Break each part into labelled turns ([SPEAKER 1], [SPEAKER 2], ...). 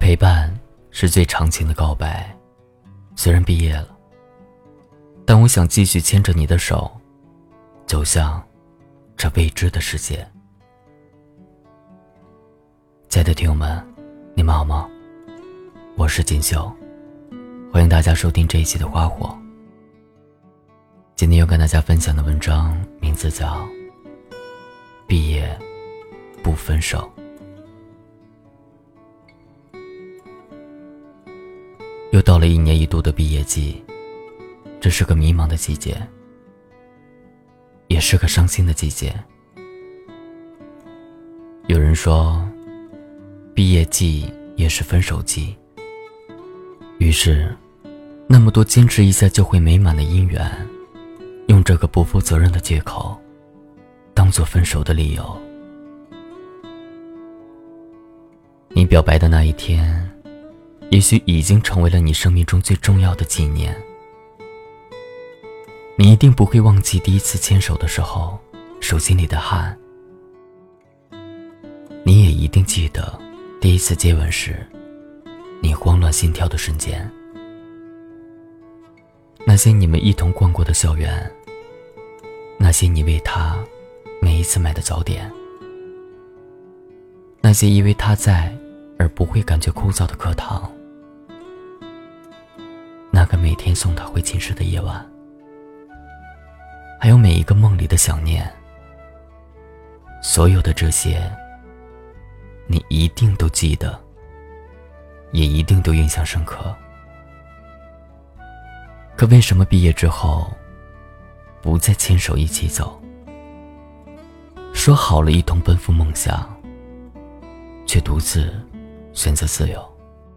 [SPEAKER 1] 陪伴是最长情的告白，虽然毕业了，但我想继续牵着你的手，走向这未知的世界。亲爱的听友们，你们好吗？我是锦绣，欢迎大家收听这一期的花火。今天要跟大家分享的文章名字叫《毕业不分手》。又到了1年1度的毕业季，这是个迷茫的季节，也是个伤心的季节。有人说，毕业季也是分手季，于是那么多坚持一下就会美满的姻缘，用这个不负责任的借口当作分手的理由。你表白的那一天，也许已经成为了你生命中最重要的纪念。你一定不会忘记第一次牵手的时候手心里的汗，你也一定记得第一次接吻时你慌乱心跳的瞬间。那些你们一同逛过的校园，那些你为他每一次买的早点，那些因为他在而不会感觉枯燥的课堂，那个每天送他回寝室的夜晚，还有每一个梦里的想念，所有的这些你一定都记得，也一定都印象深刻。可为什么毕业之后不再牵手一起走？说好了一同奔赴梦想，却独自选择自由。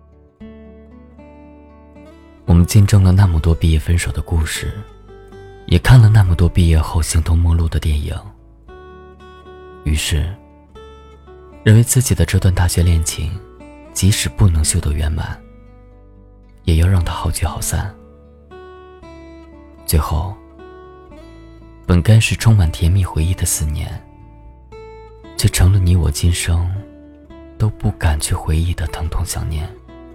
[SPEAKER 1] 我们见证了那么多毕业分手的故事，也看了那么多毕业后形同陌路的电影，于是认为自己的这段大学恋情即使不能修得圆满，也要让它好聚好散。最后本该是充满甜蜜回忆的4年，却成了你我今生都不敢去回忆的疼痛想念，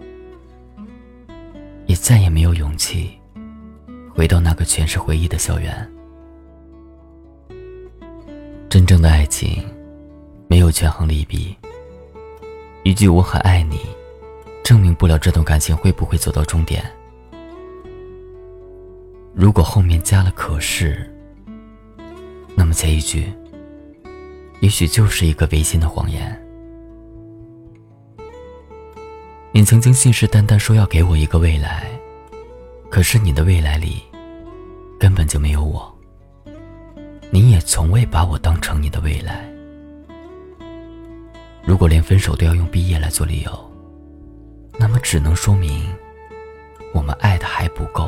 [SPEAKER 1] 也再也没有勇气回到那个全是回忆的校园。真正的爱情没有权衡利弊，一句我很爱你证明不了这段感情会不会走到终点。如果后面加了可是，那么前一句也许就是一个违心的谎言。你曾经信誓旦旦说要给我一个未来，可是你的未来里根本就没有我，你也从未把我当成你的未来。如果连分手都要用毕业来做理由，那么只能说明我们爱的还不够。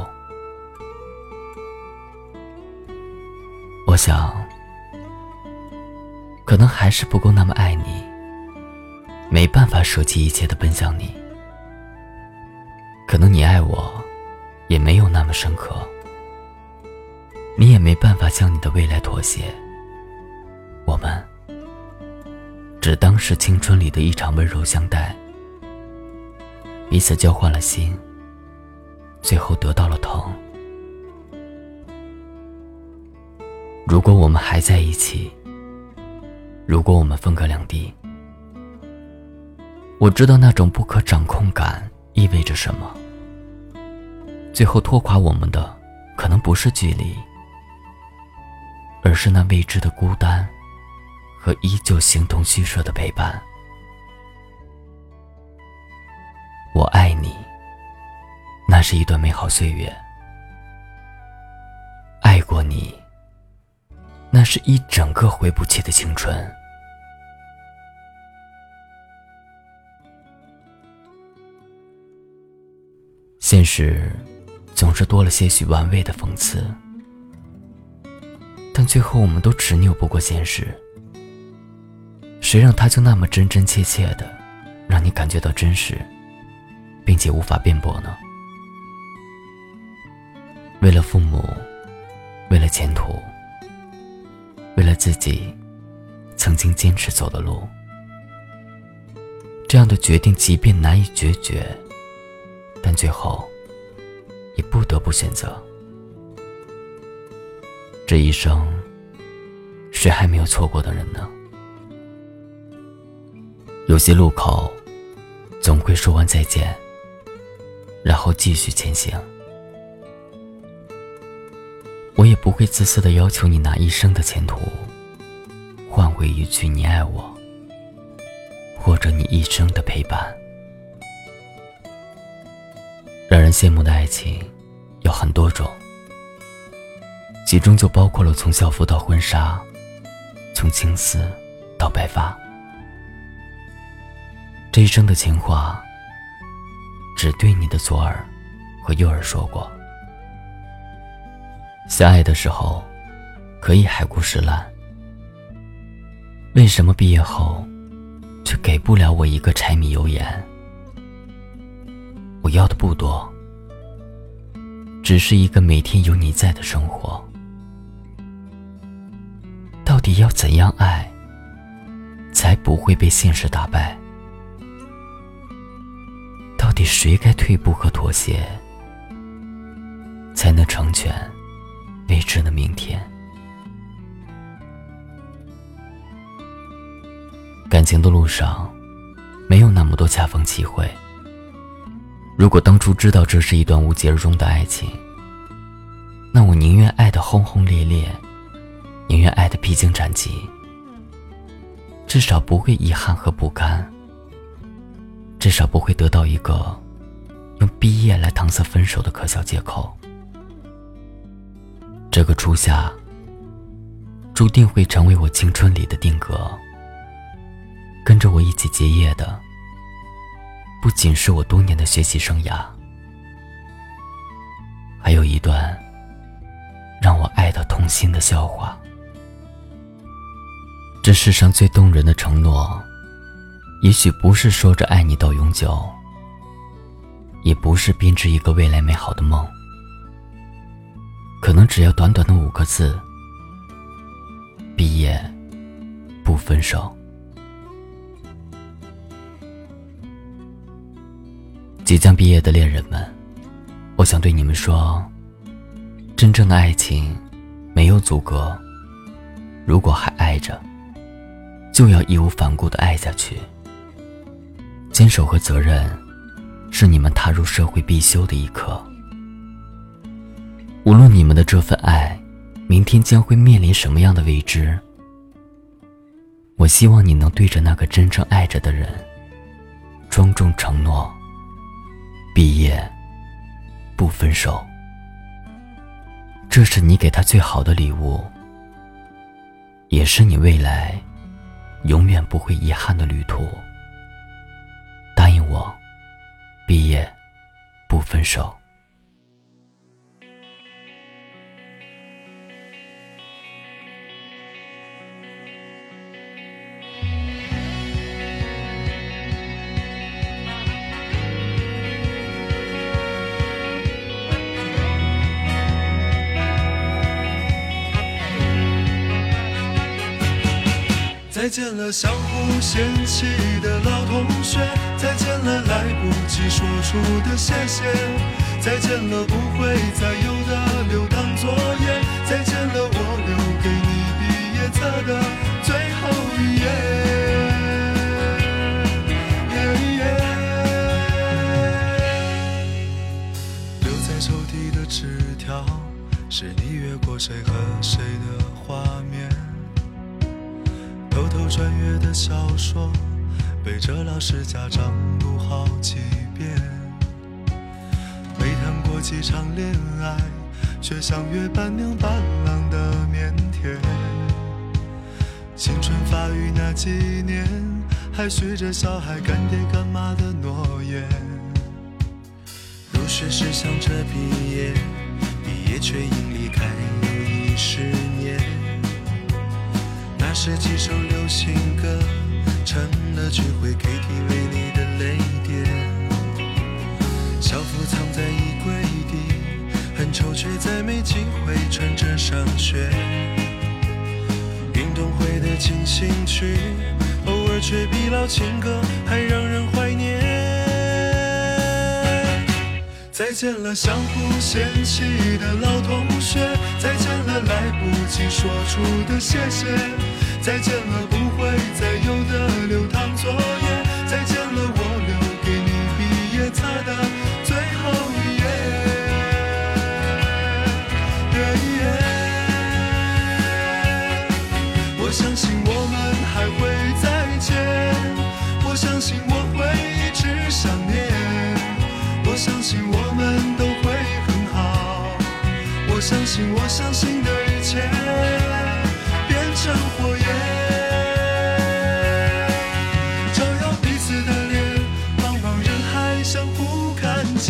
[SPEAKER 1] 我想可能还是不够那么爱你，没办法舍弃一切的奔向你。可能你爱我也没有那么深刻，你也没办法向你的未来妥协。我们只当是青春里的一场温柔相待，彼此交换了心，最后得到了疼。如果我们还在一起，如果我们分隔两地，我知道那种不可掌控感意味着什么。最后拖垮我们的可能不是距离，而是那未知的孤单和依旧形同虚设的陪伴。我爱你，那是一段美好岁月；爱过你，那是一整个回不去的青春。现实总是多了些许玩味的讽刺，但最后我们都执拗不过现实。谁让他就那么真真切切的让你感觉到真实，并且无法辩驳呢？为了父母，为了前途，为了自己曾经坚持走的路， 这样的决定即便难以决绝，但最后也不得不选择。这一生，谁还没有错过的人呢？有些路口，总会说完再见，然后继续前行。我也不会自私地要求你拿一生的前途，换回一句你爱我，或者你一生的陪伴。让人羡慕的爱情有很多种，其中就包括了从校服到婚纱，从青丝到白发。这一生的情话，只对你的左耳和右耳说过。相爱的时候，可以海枯石烂，为什么毕业后，却给不了我一个柴米油盐？我要的不多，只是一个每天有你在的生活。到底要怎样爱，才不会被现实打败？到底谁该退步和妥协，才能成全未知的明天？感情的路上，没有那么多恰逢其会。如果当初知道这是一段无疾而终的爱情，那我宁愿爱得轰轰烈烈，宁愿爱得披荆斩棘，至少不会遗憾和不甘，至少不会得到一个用毕业来搪塞分手的可笑借口。这个初夏，注定会成为我青春里的定格。跟着我一起结业的，不仅是我多年的学习生涯，还有一段让我爱得痛心的笑话。这世上最动人的承诺，也许不是说着爱你到永久，也不是编织一个未来美好的梦，可能只要短短的5个字：毕业不分手。即将毕业的恋人们，我想对你们说，真正的爱情没有阻隔，如果还爱着，就要义无反顾地爱下去。坚守和责任是你们踏入社会必修的一课。无论你们的这份爱明天将会面临什么样的未知，我希望你能对着那个真正爱着的人庄重承诺，毕业不分手。这是你给他最好的礼物，也是你未来永远不会遗憾的旅途。答应我，毕业不分手。
[SPEAKER 2] 再见了相互嫌弃的老同学，再见了来不及说出的谢谢，再见了不会再有的留档作业，再见了我留给你毕业册的最后一页。留在抽屉的纸条，是你越过谁和谁的画面，偷偷穿越的小说，背着老师家长读好几遍。没谈过几场恋爱，却像约伴娘伴郎的腼腆。青春发育那几年，还许着小孩干爹干妈的诺言。入学时想着毕业，毕业却因离开又10年。那是几首流行歌，成了聚会 KTV 里的泪点。校服藏在衣柜底，很丑却再没机会穿着上学。运动会的进行曲，偶尔而却比老情歌还让人怀念。再见了相互嫌弃的老同学，再见了来不及说出的谢谢，再见了不会再有的流淌作业，再见了我留给你毕业册的最后一页。我相信我们还会再见，我相信我会一直想念，我相信我们都会很好，我相信我相信的一切变成火焰，照耀彼此的脸，茫茫人海相互看见。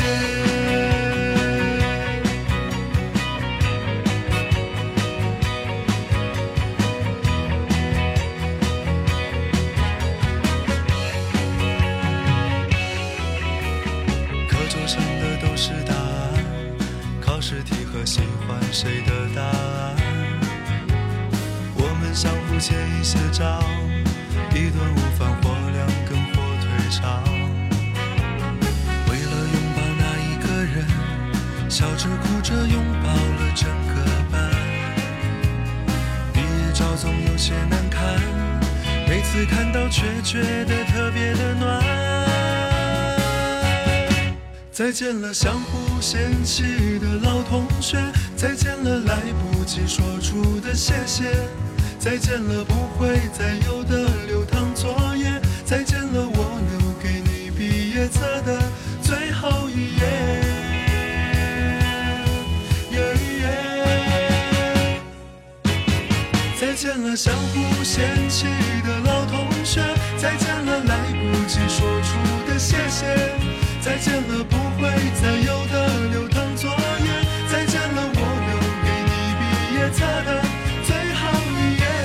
[SPEAKER 2] 上的都是答案，考试题和喜欢谁的答案，我们相互借一些招，一顿午饭或2根火腿肠，为了拥抱那一个人，笑着哭着拥抱了整个班，毕业照总有些难看，每次看到却觉得特别的暖。再见了相互嫌弃的老同学，再见了来不及说出的谢谢，再见了不会再有的流淌作业，再见了我留给你毕业册的最后一页。再见了相互嫌弃的老同学，再见了来不及说出的谢谢，再见了不会再有的流淌作业，再见了我留给你毕业册的最后一页。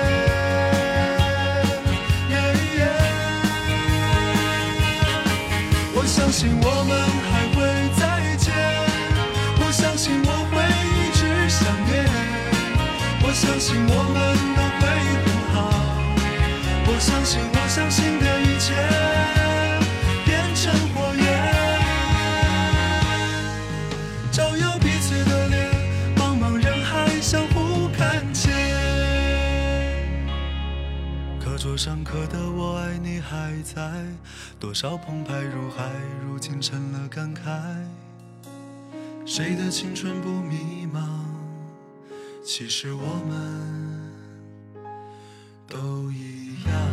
[SPEAKER 2] 我相信我们还会再见，我相信我会一直想念，我相信我们都会很好，我相信我相信的一切变成火焰，照耀彼此的脸，茫茫人海相互看见。课桌上刻的我爱你还在，多少澎湃如海，如今成了感慨，谁的青春不迷茫，其实我们都一样。